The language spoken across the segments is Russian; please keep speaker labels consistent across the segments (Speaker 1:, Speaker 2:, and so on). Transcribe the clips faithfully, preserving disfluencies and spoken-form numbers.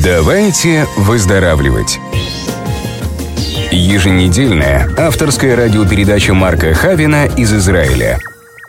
Speaker 1: Давайте выздоравливать. Еженедельная авторская радиопередача Марка Хавина из Израиля.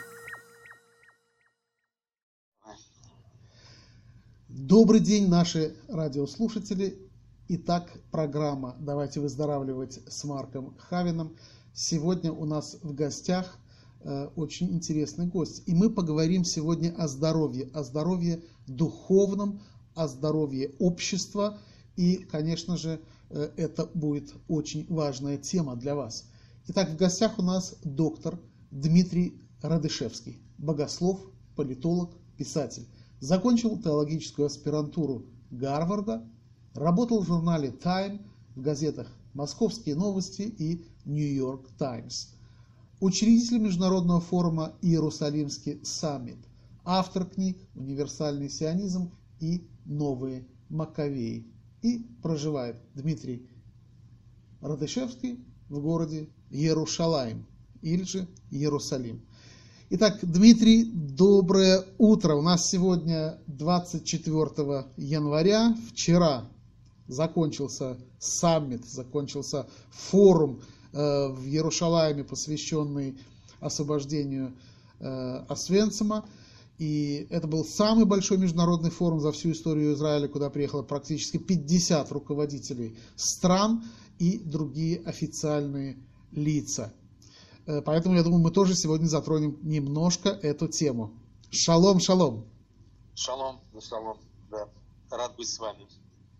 Speaker 2: Добрый день, наши радиослушатели. Итак, программа «Давайте выздоравливать» с Марком Хавином. Сегодня у нас в гостях э, очень интересный гость. И мы поговорим сегодня о здоровье, о здоровье духовном, о здоровье общества. И, конечно же, э, это будет очень важная тема для вас. Итак, в гостях у нас доктор Дмитрий Радышевский, богослов, политолог, писатель. Закончил теологическую аспирантуру Гарварда, работал в журнале Time, в газетах «Московские новости» и «Нью-Йорк Таймс». Учредитель международного форума «Иерусалимский саммит», автор книг «Универсальный сионизм» и «Новые Маккавеи». И проживает Дмитрий Радышевский в городе Иерушалаим, или же Иерусалим. Итак, Дмитрий, доброе утро. У нас сегодня двадцать четвёртого января. Вчера закончился саммит, закончился форум э, в Иерушалайме, посвященный освобождению э, Освенцима. И это был самый большой международный форум за всю историю Израиля, куда приехало практически пятьдесят руководителей стран и другие официальные лица. Поэтому, я думаю, мы тоже сегодня затронем немножко эту тему. Шалом, шалом.
Speaker 3: Шалом, шалом, да. Рад быть с вами.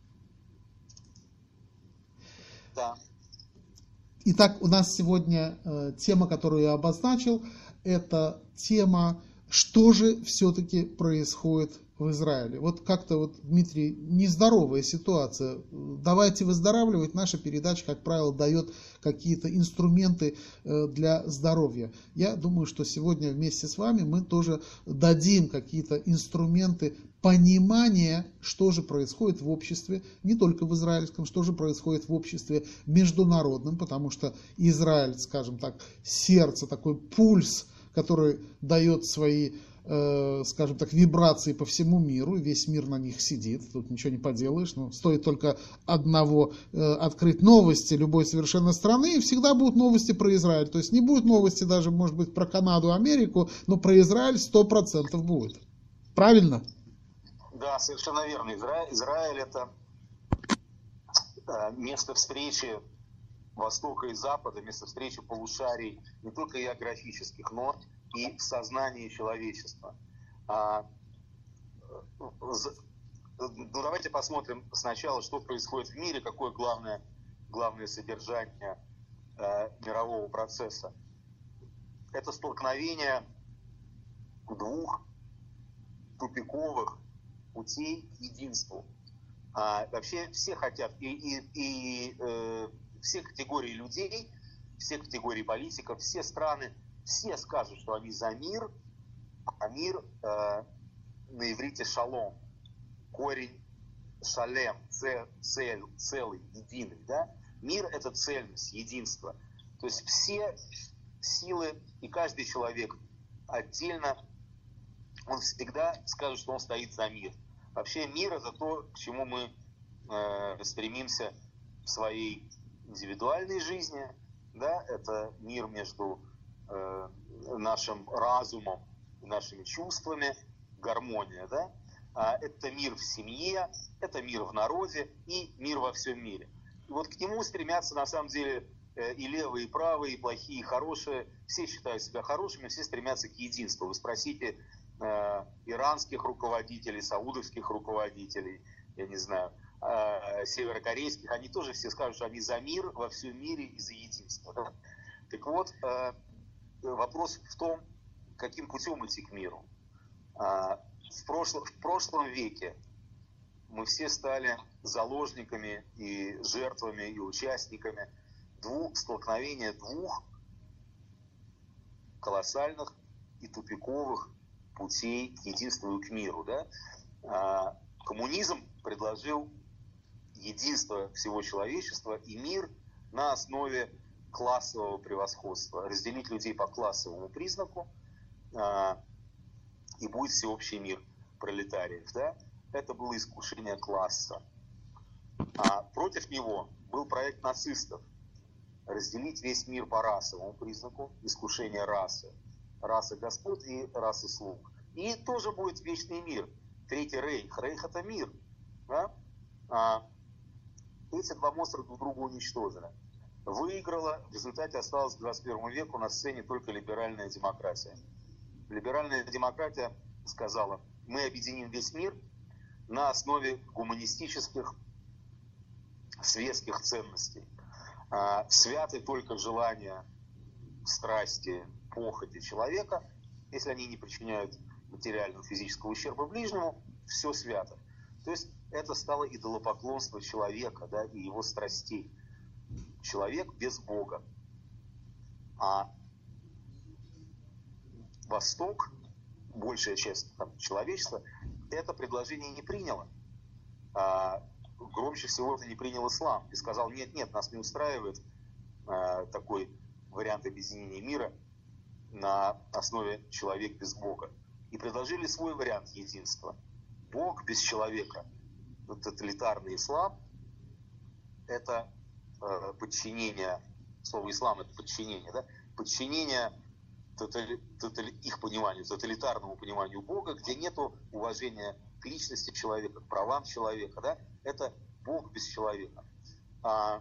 Speaker 3: Да.
Speaker 2: Итак, у нас сегодня э, тема, которую я обозначил, это тема, что же все-таки происходит в Израиле. Вот как-то, вот, Дмитрий, нездоровая ситуация. «Давайте выздоравливать». Наша передача, как правило, дает какие-то инструменты для здоровья. Я думаю, что сегодня вместе с вами мы тоже дадим какие-то инструменты понимания, что же происходит в обществе, не только в израильском, что же происходит в обществе международном, потому что Израиль, скажем так, сердце, такой пульс, который дает свои, э, скажем так, вибрации по всему миру, весь мир на них сидит, тут ничего не поделаешь, но стоит только одного э, открыть новости любой совершенно страны, и всегда будут новости про Израиль, то есть не будет новости даже, может быть, про Канаду, Америку, но про Израиль сто процентов будет. Правильно?
Speaker 3: Да, совершенно верно. Израиль, Израиль это место встречи Востока и Запада, место встречи полушарий не только географических, но и в сознании человечества. А, ну, давайте посмотрим сначала, что происходит в мире, какое главное, главное содержание а, мирового процесса. Это столкновение двух тупиковых путей к единству. А, вообще все хотят, и, и, и э, все категории людей, все категории политиков, все страны, все скажут, что они за мир, а мир э, на иврите шалом, корень шалем, цель, цель, целый, единый. Да? Мир – это цельность, единство. То есть все силы и каждый человек отдельно, он всегда скажет, что он стоит за мир. Вообще мир – это то, к чему мы э, стремимся в своей индивидуальной жизни, да, это мир между э, нашим разумом и нашими чувствами, гармония, да, а это мир в семье, это мир в народе и мир во всем мире. И вот к нему стремятся на самом деле э, и левые, и правые, и плохие, и хорошие, все считают себя хорошими, все стремятся к единству. Вы спросите э, иранских руководителей, саудовских руководителей, я не знаю, северокорейских, они тоже все скажут, что они за мир во всем мире и за единство. Да? Так вот, вопрос в том, каким путем идти к миру. В прошлом, в прошлом веке мы все стали заложниками и жертвами, и участниками двух столкновения двух колоссальных и тупиковых путей к единству и к миру. Да? Коммунизм предложил единство всего человечества и мир на основе классового превосходства. Разделить людей по классовому признаку, а, и будет всеобщий мир пролетариев. Да? Это было искушение класса. А против него был проект нацистов разделить весь мир по расовому признаку, искушение расы, расы господ и расы слуг. И тоже будет вечный мир, Третий рейх. Рейх — это мир. Да? А эти два монстра друг друга уничтожили. Выиграла, в результате осталась к двадцать первому веку на сцене только либеральная демократия. Либеральная демократия сказала: мы объединим весь мир на основе гуманистических, светских ценностей. Святы только желания, страсти, похоти человека, если они не причиняют материального, физического ущерба ближнему, все свято. То есть это стало идолопоклонство человека, да, и его страстей. Человек без Бога. А Восток, большая часть там, человечества, это предложение не приняла. А громче всего это не принял ислам. И сказал: нет, нет, нас не устраивает а, такой вариант объединения мира на основе человек без Бога. И предложили свой вариант единства. Бог без человека. Вот тоталитарный ислам – это э, подчинение, слово ислам – это подчинение, да? Подчинение тотали, тотали, их пониманию, тоталитарному пониманию Бога, где нету уважения к личности человека, к правам человека, да? Это Бог без человека. А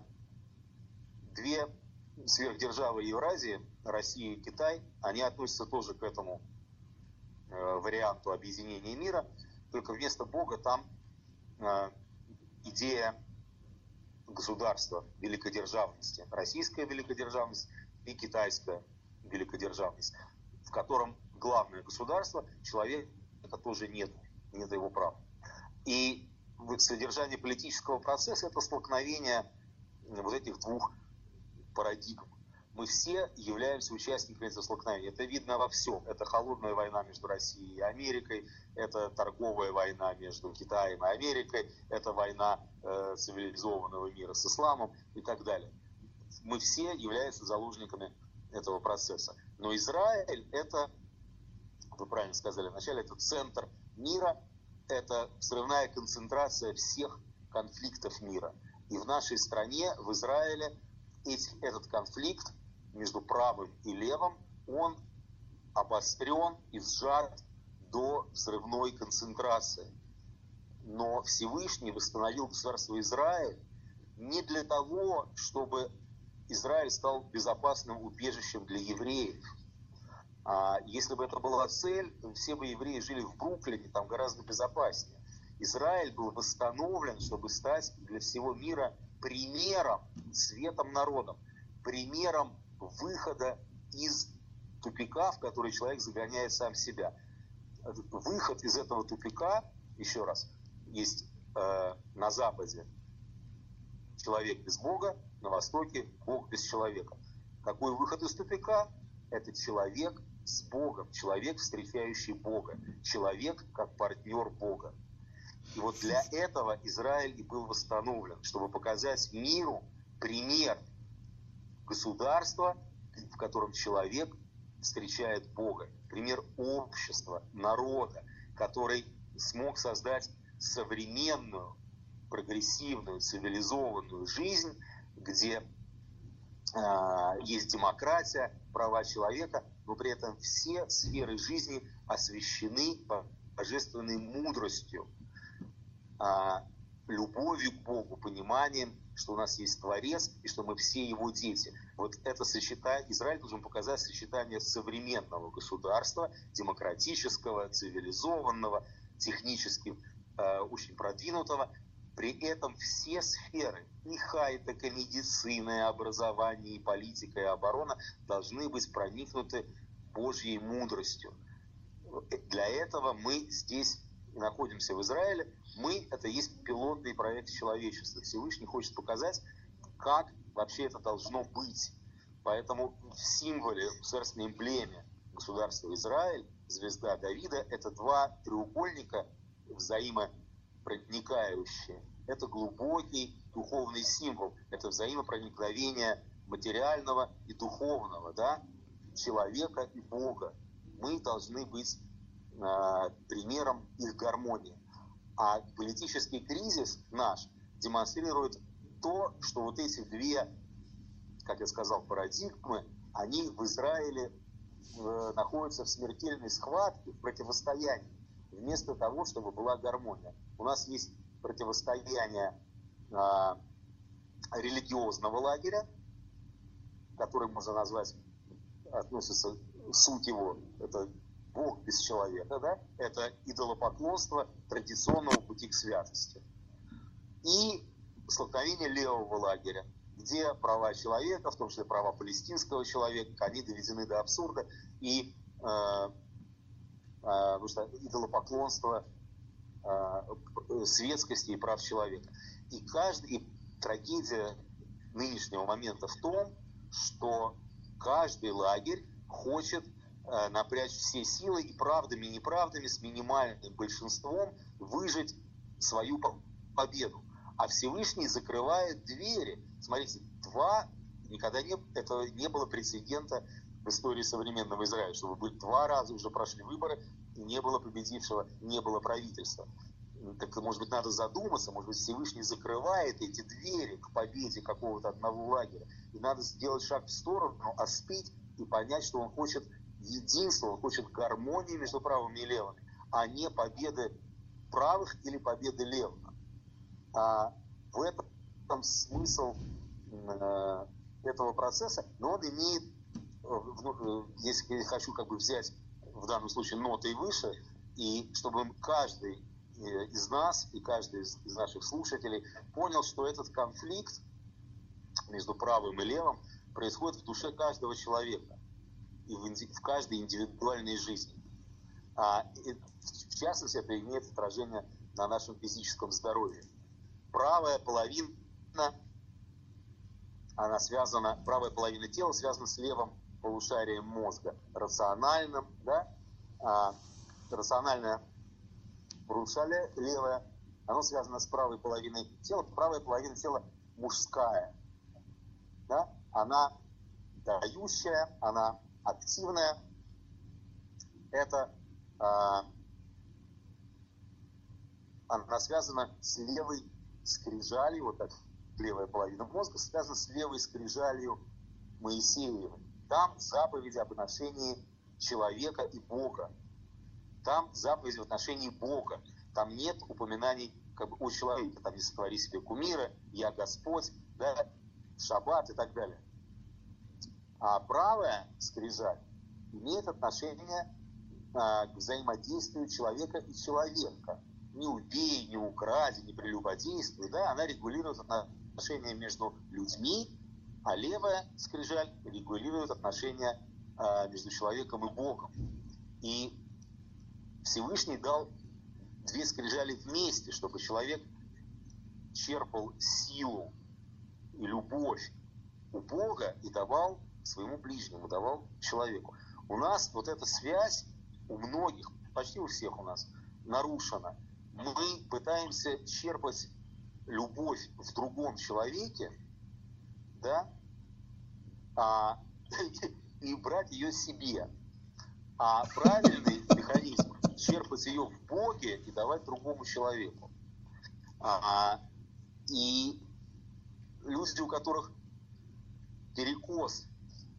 Speaker 3: две сверхдержавы Евразии, Россия и Китай, они относятся тоже к этому э, варианту объединения мира, только вместо Бога там э, идея государства, великодержавности, российская великодержавность и китайская великодержавность, в котором главное государство, человека тоже нет, нет его прав. И содержание политического процесса – это столкновение вот этих двух парадигм. Мы все являемся участниками этого столкновения. Это видно во всем. Это холодная война между Россией и Америкой, это торговая война между Китаем и Америкой, это война э, цивилизованного мира с исламом и так далее. Мы все являемся заложниками этого процесса. Но Израиль – это, вы правильно сказали вначале, это центр мира, это взрывная концентрация всех конфликтов мира. И в нашей стране, в Израиле, эти, этот конфликт между правым и левым, он обострен и сжат до взрывной концентрации. Но Всевышний восстановил государство Израиль не для того, чтобы Израиль стал безопасным убежищем для евреев. А если бы это была цель, то все бы евреи жили в Бруклине, там гораздо безопаснее. Израиль был восстановлен, чтобы стать для всего мира примером, светом народом, примером выхода из тупика, в который человек загоняет сам себя. Выход из этого тупика, еще раз, есть э, на Западе человек без Бога, на Востоке Бог без человека. Какой выход из тупика? Это человек с Богом, человек, встречающий Бога, человек как партнер Бога. И вот для этого Израиль и был восстановлен, чтобы показать миру пример государства, в котором человек встречает Бога, пример общества, народа, который смог создать современную, прогрессивную, цивилизованную жизнь, где э, есть демократия, права человека, но при этом все сферы жизни освящены божественной мудростью, э, любовью к Богу, пониманием, что у нас есть Творец и что мы все его дети. Вот это сочетание, Израиль должен показать сочетание современного государства, демократического, цивилизованного, технически э, очень продвинутого. При этом все сферы, и хай-тек, и медицина, и образование, и политика, и оборона должны быть проникнуты Божьей мудростью. Для этого мы здесь находимся в Израиле. Мы – это есть пилотный проект человечества. Всевышний хочет показать, как вообще это должно быть. Поэтому в символе, в царственной эмблеме государства Израиль, звезда Давида – это два треугольника взаимопроникающие. Это глубокий духовный символ. Это взаимопроникновение материального и духовного, да? Человека и Бога. Мы должны быть э, примером их гармонии. А политический кризис наш демонстрирует то, что вот эти две, как я сказал, парадигмы, они в Израиле э, находятся в смертельной схватке, в противостоянии, вместо того, чтобы была гармония. У нас есть противостояние э, религиозного лагеря, который можно назвать, относится, суть его, это Бог без человека, да? Это идолопоклонство традиционного пути к святости. И столкновение левого лагеря, где права человека, в том числе права палестинского человека, они доведены до абсурда, и э, э, потому что идолопоклонство э, светскости и прав человека. И каждый, и трагедия нынешнего момента в том, что каждый лагерь хочет э, напрячь все силы и правдами и неправдами с минимальным большинством выжить свою победу. А Всевышний закрывает двери. Смотрите, два, никогда не, это не было прецедента в истории современного Израиля, чтобы были два раза уже прошли выборы, и не было победившего, не было правительства. Так, может быть, надо задуматься, может быть, Всевышний закрывает эти двери к победе какого-то одного лагеря. И надо сделать шаг в сторону, остыть и понять, что он хочет единства, он хочет гармонии между правыми и левыми, а не победы правых или победы левых. А в этом смысл э, этого процесса, но он имеет, э, если я хочу как бы взять в данном случае ноты выше, и чтобы каждый из нас и каждый из, из наших слушателей понял, что этот конфликт между правым и левым происходит в душе каждого человека и в, инди, в каждой индивидуальной жизни. А, и, в частности, это имеет отражение на нашем физическом здоровье. Правая половина, она связана, правая половина тела связана с левым полушарием мозга, рациональным, да, а, рациональное полушарие левое, оно связано с правой половиной тела, правая половина тела мужская, да, она дающая, она активная, это а, она связана с левой скрижалью, вот так, левая половина мозга связана с левой скрижалью Моисеевой. Там заповеди об отношении человека и Бога. Там заповеди в отношении Бога. Там нет упоминаний как бы о человеке. Там не сотвори себе кумира, я Господь, да, шаббат и так далее. А правая скрижаль имеет отношение а, к взаимодействию человека и человека. Не убей, не укради, не прелюбодействуй, да, она регулирует отношения между людьми, а левая скрижаль регулирует отношения а, между человеком и Богом. И Всевышний дал две скрижали вместе, чтобы человек черпал силу и любовь у Бога и давал своему ближнему, давал человеку. У нас вот эта связь у многих, почти у всех у нас, нарушена. Мы пытаемся черпать любовь в другом человеке, да, а, и брать ее себе. А правильный механизм – черпать ее в Боге и давать другому человеку. А, и люди, у которых перекос,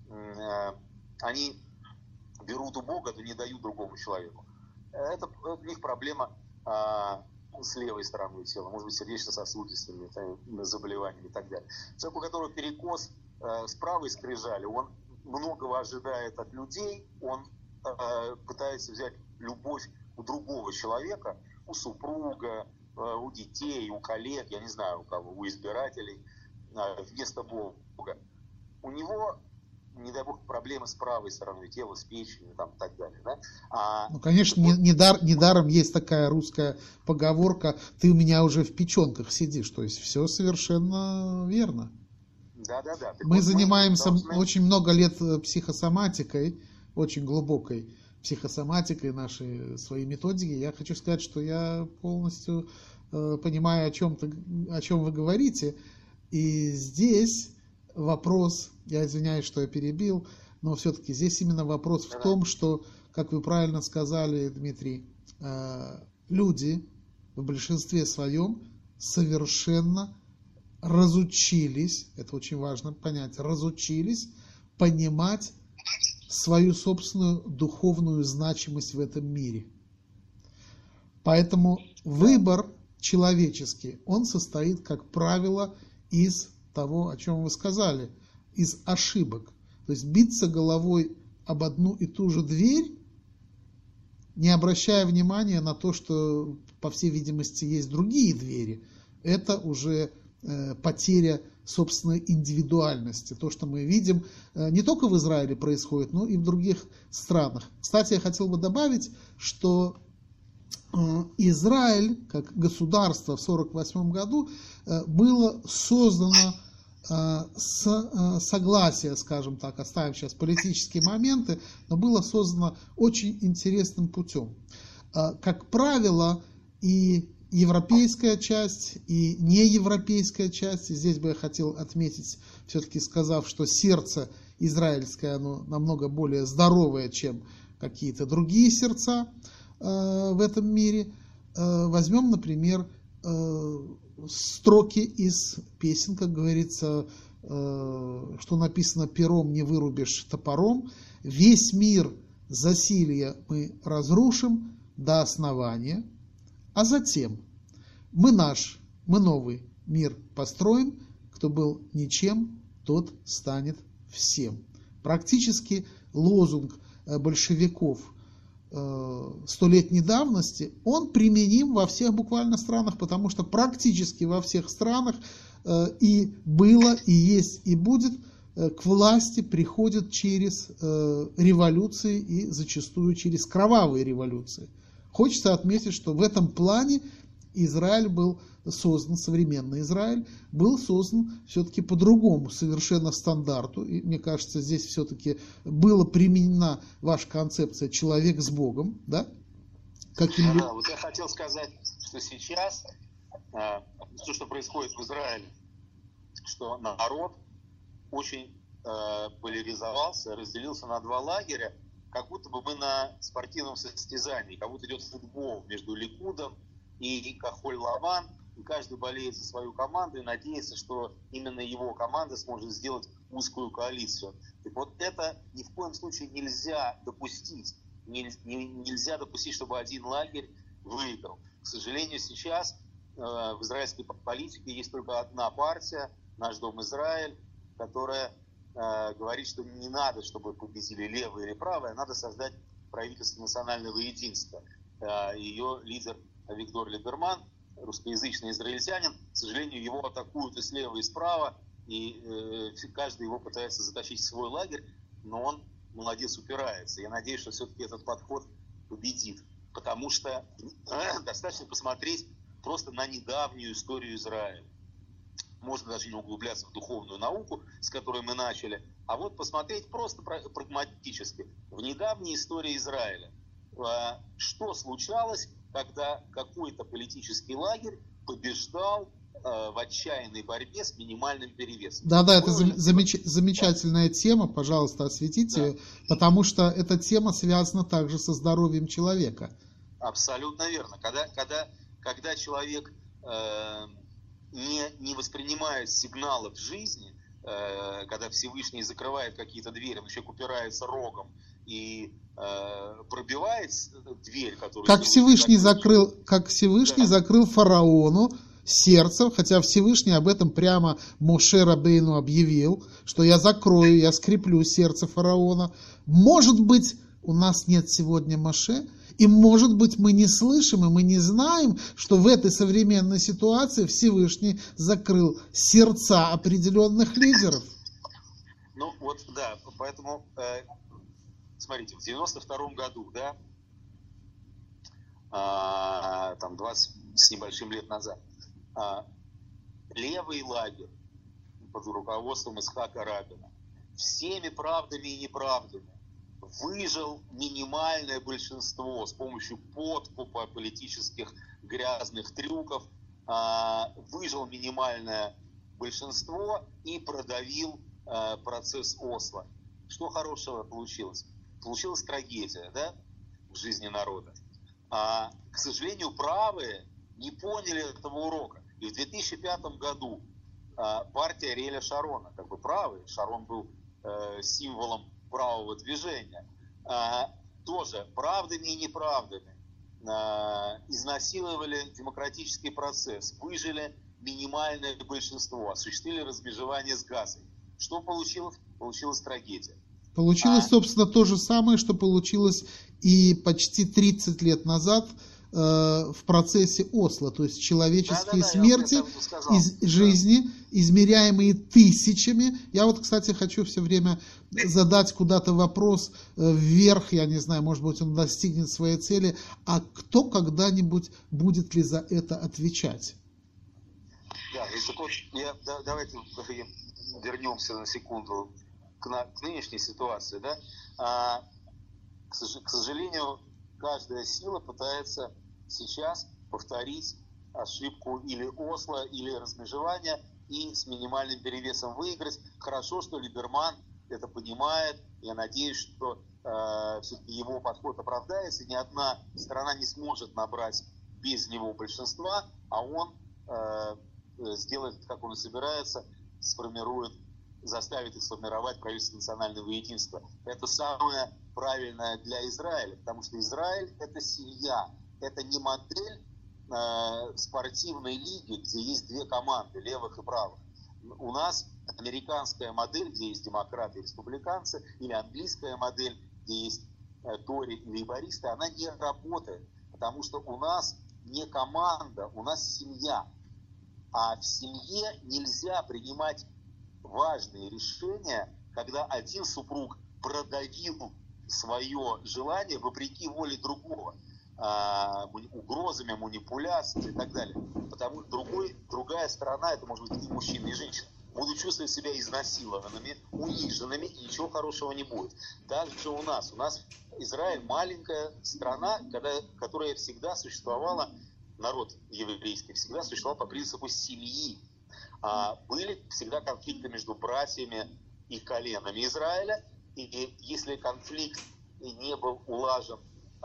Speaker 3: они берут у Бога, но не дают другому человеку. Это у них проблема а, с левой стороной тела, может быть, сердечно-сосудистыми заболеваниями и так далее. Человек, у которого перекос а, с правой скрижали, он многого ожидает от людей, он а, пытается взять любовь у другого человека, у супруга, а, у детей, у коллег, я не знаю у кого, у избирателей, а, вместо Бога. У него, не дай бог, проблемы с правой стороной тела, с печенью там, и так далее. Да? А,
Speaker 2: ну, конечно, вот... недар, недаром есть такая русская поговорка: ты у меня уже в печенках сидишь. То есть все совершенно верно.
Speaker 3: Да, да, да.
Speaker 2: Мы
Speaker 3: вот
Speaker 2: занимаемся
Speaker 3: мы должны...
Speaker 2: очень много лет психосоматикой, очень глубокой психосоматикой, нашей своей методики. Я хочу сказать, что я полностью э, понимаю, о чем-то, о чем вы говорите. И здесь вопрос, я извиняюсь, что я перебил, но все-таки здесь именно вопрос в том, что, как вы правильно сказали, Дмитрий, люди в большинстве своем совершенно разучились, это очень важно понять, разучились понимать свою собственную духовную значимость в этом мире. Поэтому выбор человеческий, он состоит, как правило, из того, о чем вы сказали, из ошибок. То есть биться головой об одну и ту же дверь, не обращая внимания на то, что, по всей видимости, есть другие двери, это уже э, потеря собственной индивидуальности. То, что мы видим, э, не только в Израиле происходит, но и в других странах. Кстати, я хотел бы добавить, что э, Израиль, как государство в сорок восьмом году, э, было создано с согласия, скажем так, оставим сейчас политические моменты, но было создано очень интересным путем. Как правило, и европейская часть, и неевропейская часть, и здесь бы я хотел отметить, все-таки сказав, что сердце израильское, оно намного более здоровое, чем какие-то другие сердца в этом мире. Возьмем, например, строки из песен, как говорится, э, что написано: пером не вырубишь топором, весь мир засилья мы разрушим до основания, а затем мы наш, мы новый мир построим, кто был ничем, тот станет всем. Практически лозунг большевиков столетней давности, он применим во всех буквально странах, потому что практически во всех странах и было, и есть, и будет, к власти приходят через революции и зачастую через кровавые революции. Хочется отметить, что в этом плане Израиль был создан, современный Израиль, был создан все-таки по другому совершенно стандарту. И мне кажется, здесь все-таки была применена ваша концепция «человек с Богом». Да? Каким...
Speaker 3: Да, вот я хотел сказать, что сейчас э, то, что происходит в Израиле, что народ очень э, поляризовался, разделился на два лагеря, как будто бы мы на спортивном состязании, как будто идет футбол между Ликудом и Кахоль-Лаван, и каждый болеет за свою команду и надеется, что именно его команда сможет сделать узкую коалицию. Так вот это ни в коем случае нельзя допустить. Нельзя допустить, чтобы один лагерь выиграл. К сожалению, сейчас э, в израильской политике есть только одна партия, Наш Дом Израиль, которая э, говорит, что не надо, чтобы победили левые или правые, а надо создать правительство национального единства. Э, ее лидер Виктор Либерман, русскоязычный израильтянин, к сожалению, его атакуют и слева, и справа, и э, каждый его пытается затащить в свой лагерь, но он, молодец, упирается. Я надеюсь, что все-таки этот подход победит, потому что э, достаточно посмотреть просто на недавнюю историю Израиля. Можно даже не углубляться в духовную науку, с которой мы начали, а вот посмотреть просто прагматически в недавней истории Израиля. Э, что случалось, когда какой-то политический лагерь побеждал э, в отчаянной борьбе с минимальным перевесом.
Speaker 2: Да, да, это замеч... замечательная тема, пожалуйста, осветите ее, да. Потому что эта тема связана также со здоровьем человека.
Speaker 3: Абсолютно верно. Когда, когда, когда человек э, не, не воспринимает сигналов жизни, э, когда Всевышний закрывает какие-то двери, но человек упирается рогом и э, пробивает дверь, которую...
Speaker 2: Как Всевышний закрыл, как Всевышний да. закрыл фараону сердце, хотя Всевышний об этом прямо Моше Рабейну объявил, что я закрою, я скреплю сердце фараона. Может быть, у нас нет сегодня Моше, и может быть, мы не слышим, и мы не знаем, что в этой современной ситуации Всевышний закрыл сердца определенных лидеров.
Speaker 3: Ну вот, да, поэтому... Э... Смотрите, в девяносто втором году, да, а, там двадцать с небольшим лет назад, а, левый лагерь под руководством Ицхака Рабина всеми правдами и неправдами выжил минимальное большинство с помощью подкупа, политических грязных трюков, а, выжил минимальное большинство и продавил а, процесс Осло. Что хорошего получилось? Получилась трагедия, да, в жизни народа. А, к сожалению, правые не поняли этого урока. И в две тысячи пятом году партия Ариэля Шарона, как бы правый, Шарон был символом правого движения, тоже правдами и неправдами изнасиловали демократический процесс, выжили минимальное большинство, осуществили размежевание с Газой. Что получилось? Получилась трагедия.
Speaker 2: Получилось,
Speaker 3: а...
Speaker 2: собственно, то же самое, что получилось и почти тридцать лет назад э, в процессе Осло. То есть человеческие
Speaker 3: да, да, да,
Speaker 2: смерти из жизни, да. измеряемые тысячами. Я вот, кстати, хочу все время задать куда-то вопрос э, вверх, я не знаю, может быть, он достигнет своей цели. А кто когда-нибудь будет ли за это отвечать?
Speaker 3: Да, если я, да, давайте вернемся на секунду к, на, к нынешней ситуации. Да? А, к, к сожалению, каждая сила пытается сейчас повторить ошибку или Осло, или размежевания и с минимальным перевесом выиграть. Хорошо, что Либерман это понимает. Я надеюсь, что э, все-таки его подход оправдается. Ни одна страна не сможет набрать без него большинства, а он э, сделает, как он и собирается, сформирует, заставит их сформировать правительство национального единства. Это самое правильное для Израиля, потому что Израиль – это семья, это не модель э, спортивной лиги, где есть две команды, левых и правых. У нас американская модель, где есть демократы и республиканцы, или английская модель, где есть э, тори и лейбористы, она не работает, потому что у нас не команда, у нас семья. А в семье нельзя принимать важные решения, когда один супруг продавил свое желание вопреки воле другого, а, угрозами, манипуляциями и так далее. Потому что другой, другая сторона, это может быть и мужчина, и женщина, будут чувствовать себя изнасилованными, униженными, и ничего хорошего не будет. Также у нас. У нас Израиль маленькая страна, когда, которая всегда существовала, народ еврейский всегда существовал по принципу семьи. А, были всегда конфликты между братьями и коленами Израиля. И если конфликт не был улажен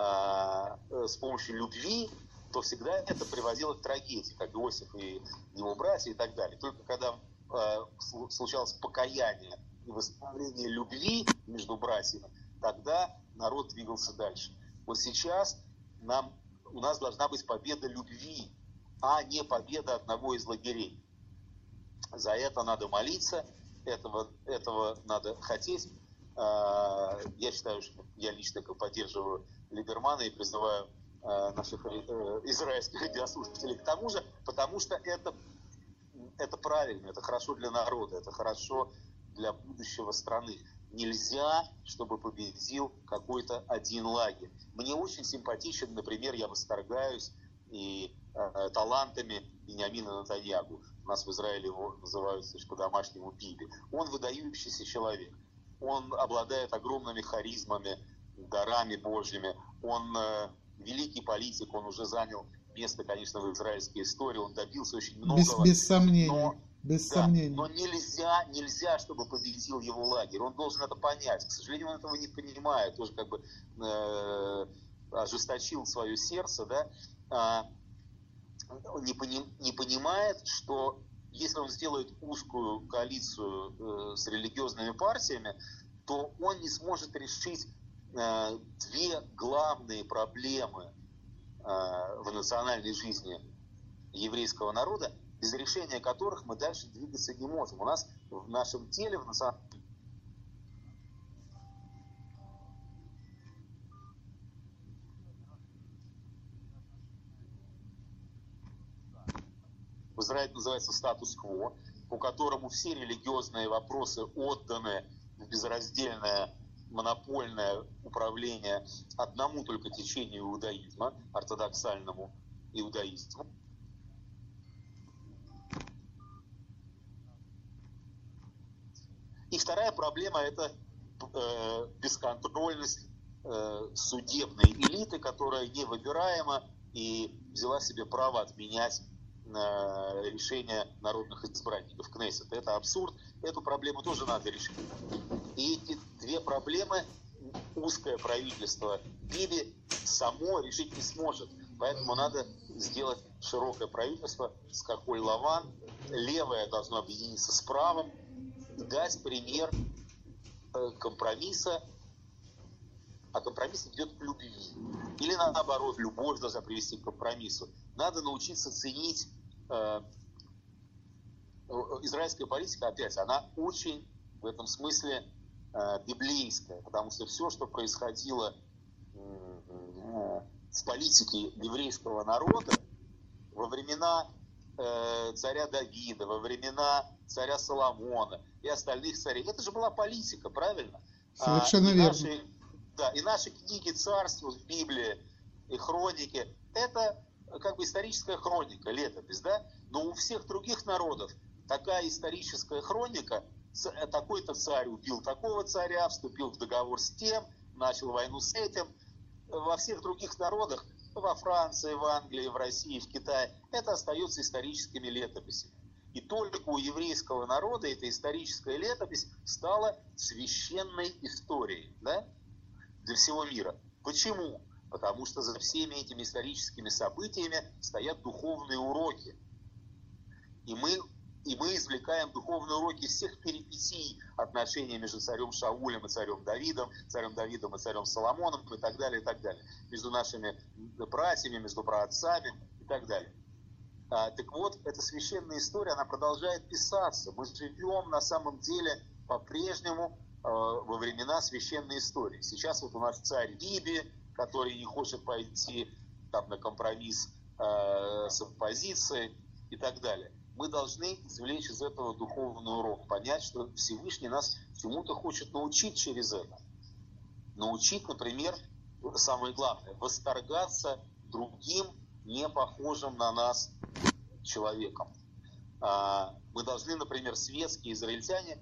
Speaker 3: а, с помощью любви, то всегда это приводило к трагедии, как Иосиф и его братья и так далее. Только когда а, случалось покаяние и восстановление любви между братьями, тогда народ двигался дальше. Вот сейчас нам у нас должна быть победа любви, а не победа одного из лагерей. За это надо молиться, этого, этого надо хотеть. Я считаю, что я лично поддерживаю Либермана и призываю наших израильских радиослушателей к тому же, потому что это, это правильно, это хорошо для народа, это хорошо для будущего страны. Нельзя, чтобы победил какой-то один лагерь. Мне очень симпатичен, например, я восторгаюсь и э, талантами Биньямина Нетаньяху. У нас в Израиле его называют по-домашнему Биби. Он выдающийся человек. Он обладает огромными харизмами, дарами божьими. Он э, великий политик, он уже занял место, конечно, в израильской истории. Он добился очень многого.
Speaker 2: Без, без сомнений.
Speaker 3: Но,
Speaker 2: Без
Speaker 3: да,
Speaker 2: сомнений.
Speaker 3: но нельзя, нельзя, чтобы победил его лагерь. Он должен это понять. К сожалению, он этого не понимает. Тоже как бы э, ожесточил свое сердце, да. А, не, пони, не понимает, что если он сделает узкую коалицию э, с религиозными партиями, то он не сможет решить э, две главные проблемы э, в национальной жизни еврейского народа, без решения которых мы дальше двигаться не можем. У нас в нашем теле, в национальном... В Израиле называется статус-кво, по которому все религиозные вопросы отданы в безраздельное монопольное управление одному только течению иудаизма, ортодоксальному иудаизму. И вторая проблема – это э, бесконтрольность э, судебной элиты, которая невыбираема и взяла себе право отменять э, решения народных избранников Кнессет. Это абсурд, эту проблему тоже надо решить. И эти две проблемы узкое правительство Биби само решить не сможет, Поэтому надо сделать широкое правительство с Кахоль-Лаван. Левое должно объединиться с правым и дать пример компромисса. А компромисс ведет к любви. Или наоборот, любовь должна привести к компромиссу. Надо научиться ценить э, израильская политика, опять, она очень в этом смысле э, библейская, потому что все, что происходило э, с политикой еврейского народа во времена э, царя Давида, во времена царя Соломона и остальных царей, это же была политика, правильно?
Speaker 2: Совершенно
Speaker 3: а,
Speaker 2: верно.
Speaker 3: Наши, да, и наши книги царств в Библии и хроники, это как бы историческая хроника, летопись, да? Но у всех других народов такая историческая хроника, такой-то царь убил такого царя, вступил в договор с тем, начал войну с этим. Во всех других народах, во Франции, в Англии, в России, в Китае, это остается историческими летописями. И только у еврейского народа эта историческая летопись стала священной историей, да? Для всего мира. Почему? Потому что за всеми этими историческими событиями стоят духовные уроки. И мы, и мы извлекаем духовные уроки всех перипетий отношений между царем Шаулем и царем Давидом, царем Давидом и царем Соломоном и так далее, и так далее. Между нашими братьями, между праотцами и так далее. А, так вот, эта священная история, она продолжает писаться. Мы живем на самом деле по-прежнему во времена священной истории. Сейчас вот у нас царь Биби, который не хочет пойти там, на компромисс э, с оппозицией и так далее. Мы должны извлечь из этого духовный урок, понять, что Всевышний нас чему-то хочет научить через это. Научить, например, самое главное, восторгаться другим, не похожим на нас человеком. А, мы должны, например, светские израильтяне,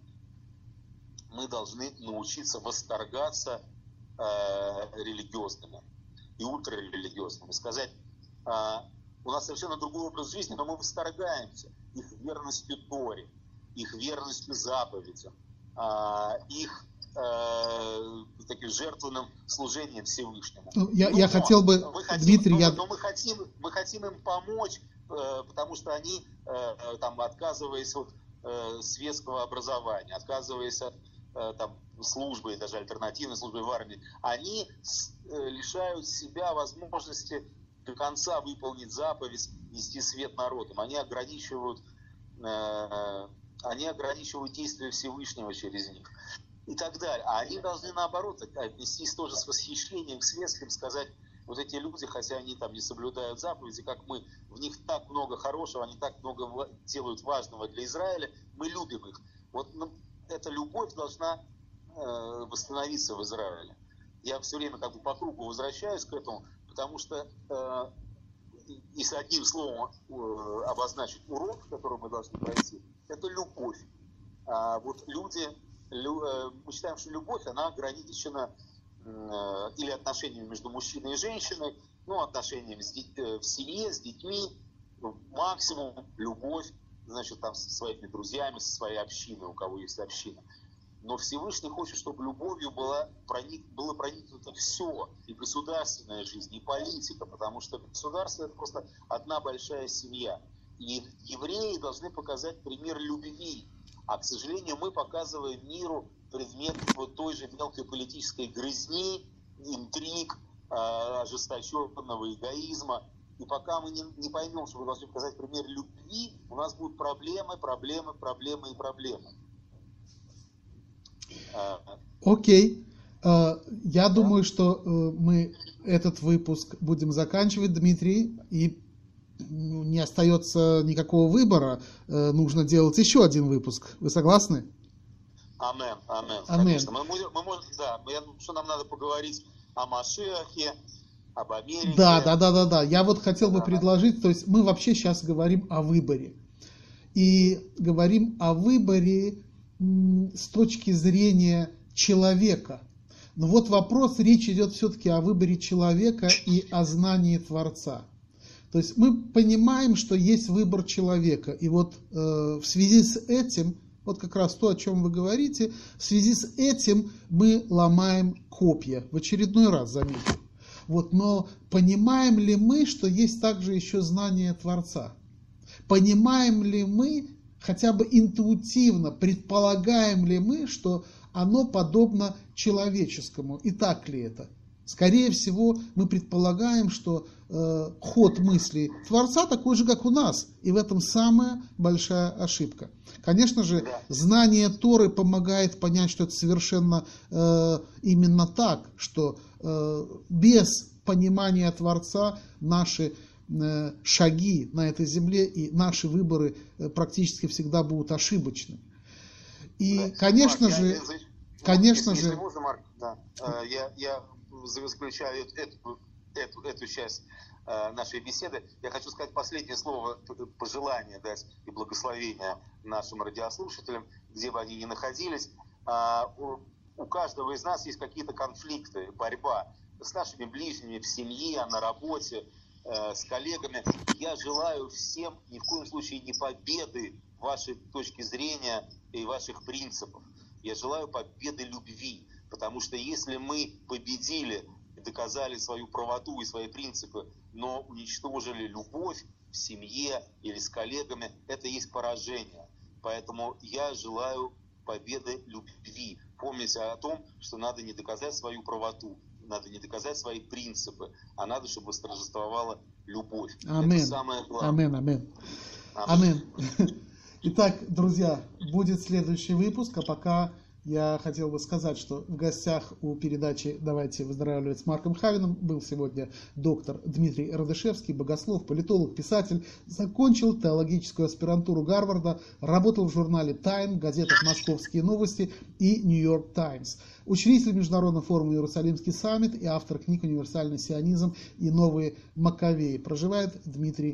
Speaker 3: мы должны научиться восторгаться э, религиозными и ультрарелигиозными. Сказать, э, у нас совершенно другой образ жизни, но мы восторгаемся их верностью Торе, их верностью заповедям, э, их э, таким жертвенным служением Всевышнему.
Speaker 2: Ну, я,
Speaker 3: но,
Speaker 2: я хотел бы,
Speaker 3: хотим,
Speaker 2: Дмитрий,
Speaker 3: но,
Speaker 2: я...
Speaker 3: но мы хотим, мы хотим им помочь, э, потому что они, э, там, отказываясь от э, светского образования, отказываясь от там, службы, даже альтернативной службы в армии, они лишают себя возможности до конца выполнить заповедь, нести свет народам. Они ограничивают, э, они ограничивают действия Всевышнего через них и так далее. А они должны, наоборот, отнестись тоже с восхищением к светским, сказать, вот эти люди, хотя они там не соблюдают заповеди, как мы, в них так много хорошего, они так много делают важного для Израиля, мы любим их. Вот, ну, эта любовь должна э, восстановиться в Израиле. Я все время как бы по кругу возвращаюсь к этому, потому что э, если одним словом э, обозначить урок, который мы должны пройти, это любовь. А вот люди, лю, э, мы считаем, что любовь, она ограничена э, или отношениями между мужчиной и женщиной, ну, отношениями с дет, э, в семье, с детьми, максимум любовь, значит, там со своими друзьями, со своей общиной, у кого есть община. Но Всевышний хочет, чтобы любовью была проник, было проникнуто все, и государственная жизнь, и политика, потому что государство – это просто одна большая семья. И евреи должны показать пример любви. А, к сожалению, мы показываем миру предмет вот той же мелкой политической грызни, интриг, ожесточенного эгоизма. И пока мы не, не поймем, что мы должны показать пример любви, у нас будут проблемы, проблемы, проблемы и проблемы.
Speaker 2: Окей. Okay. Я да. думаю, что мы этот выпуск будем заканчивать, Дмитрий, и не остается никакого выбора. Нужно делать еще один выпуск. Вы согласны?
Speaker 3: Амен, амен.
Speaker 2: Амен.
Speaker 3: Конечно. Мы, мы, мы можем, да, я думаю, что нам надо поговорить о Машиахе, об Америке.
Speaker 2: Да, да, да, да, да. Я вот хотел бы предложить, то есть мы вообще сейчас говорим о выборе. И говорим о выборе м, с точки зрения человека. Но вот вопрос, речь идет все-таки о выборе человека и о знании Творца. То есть мы понимаем, что есть выбор человека. И вот э, в связи с этим, вот как раз то, о чем вы говорите, в связи с этим мы ломаем копья. В очередной раз, заметьте. Вот, но понимаем ли мы, что есть также еще знание Творца? Понимаем ли мы, хотя бы интуитивно, предполагаем ли мы, что оно подобно человеческому? И так ли это? Скорее всего, мы предполагаем, что э, ход мыслей Творца такой же, как у нас. И в этом самая большая ошибка. Конечно же, знание Торы помогает понять, что это совершенно э, именно так, что э, без понимания Творца наши э, шаги на этой земле и наши выборы э, практически всегда будут ошибочными. И, конечно
Speaker 3: Марк,
Speaker 2: же,
Speaker 3: я,
Speaker 2: конечно
Speaker 3: если,
Speaker 2: же...
Speaker 3: если можно, Марк, да, я, я заключаю эту, эту, эту часть э, нашей беседы. Я хочу сказать последнее слово, пожелание дать и благословение нашим радиослушателям, где бы они ни находились. Э, у, у каждого из нас есть какие-то конфликты, борьба с нашими ближними, в семье, на работе, э, с коллегами. Я желаю всем ни в коем случае не победы вашей точки зрения и ваших принципов. Я желаю победы любви. Потому что если мы победили и доказали свою правоту и свои принципы, но уничтожили любовь в семье или с коллегами, это и есть поражение. Поэтому я желаю победы любви. Помните о том, что надо не доказать свою правоту, надо не доказать свои принципы, а надо, чтобы восторжествовала любовь.
Speaker 2: Амин.
Speaker 3: Это самое главное.
Speaker 2: Амин, амин. Амин. Итак, друзья, будет следующий выпуск, а пока... Я хотел бы сказать, что в гостях у передачи «Давайте выздоравливать» с Марком Хавиным был сегодня доктор Дмитрий Радышевский, богослов, политолог, писатель, закончил теологическую аспирантуру Гарварда, работал в журнале «Тайм», газетах «Московские новости» и «Нью-Йорк Таймс». Учредитель Международного форума «Иерусалимский саммит» и автор книг «Универсальный сионизм» и «Новые Маковеи». Проживает Дмитрий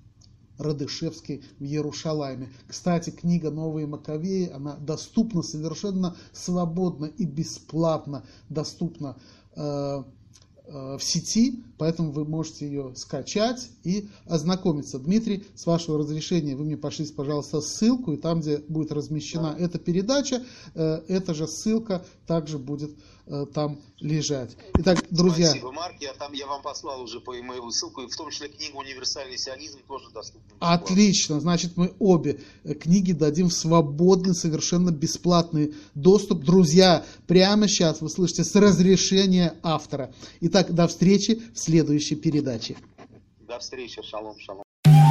Speaker 2: Радышевский в Иерушалайме. Кстати, книга «Новые Маковеи», она доступна совершенно свободно и бесплатно, доступна э, э, в сети, поэтому вы можете ее скачать и ознакомиться. Дмитрий, с вашего разрешения, вы мне пошлите, пожалуйста, ссылку, и там, где будет размещена эта передача, э, эта же ссылка также будет э, там лежать. Итак, друзья...
Speaker 3: Спасибо, Марк. Я, там, я вам послал уже по имейлу ссылку, и в том числе книгу «Универсальный сионизм» тоже доступна.
Speaker 2: Отлично. Значит, мы обе книги дадим в свободный, совершенно бесплатный доступ. Друзья, прямо сейчас вы слышите с разрешения автора. Итак, до встречи в следующей передаче.
Speaker 3: До встречи. Шалом, шалом.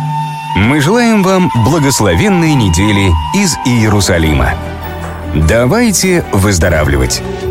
Speaker 1: Мы желаем вам благословенной недели из Иерусалима. Давайте выздоравливать.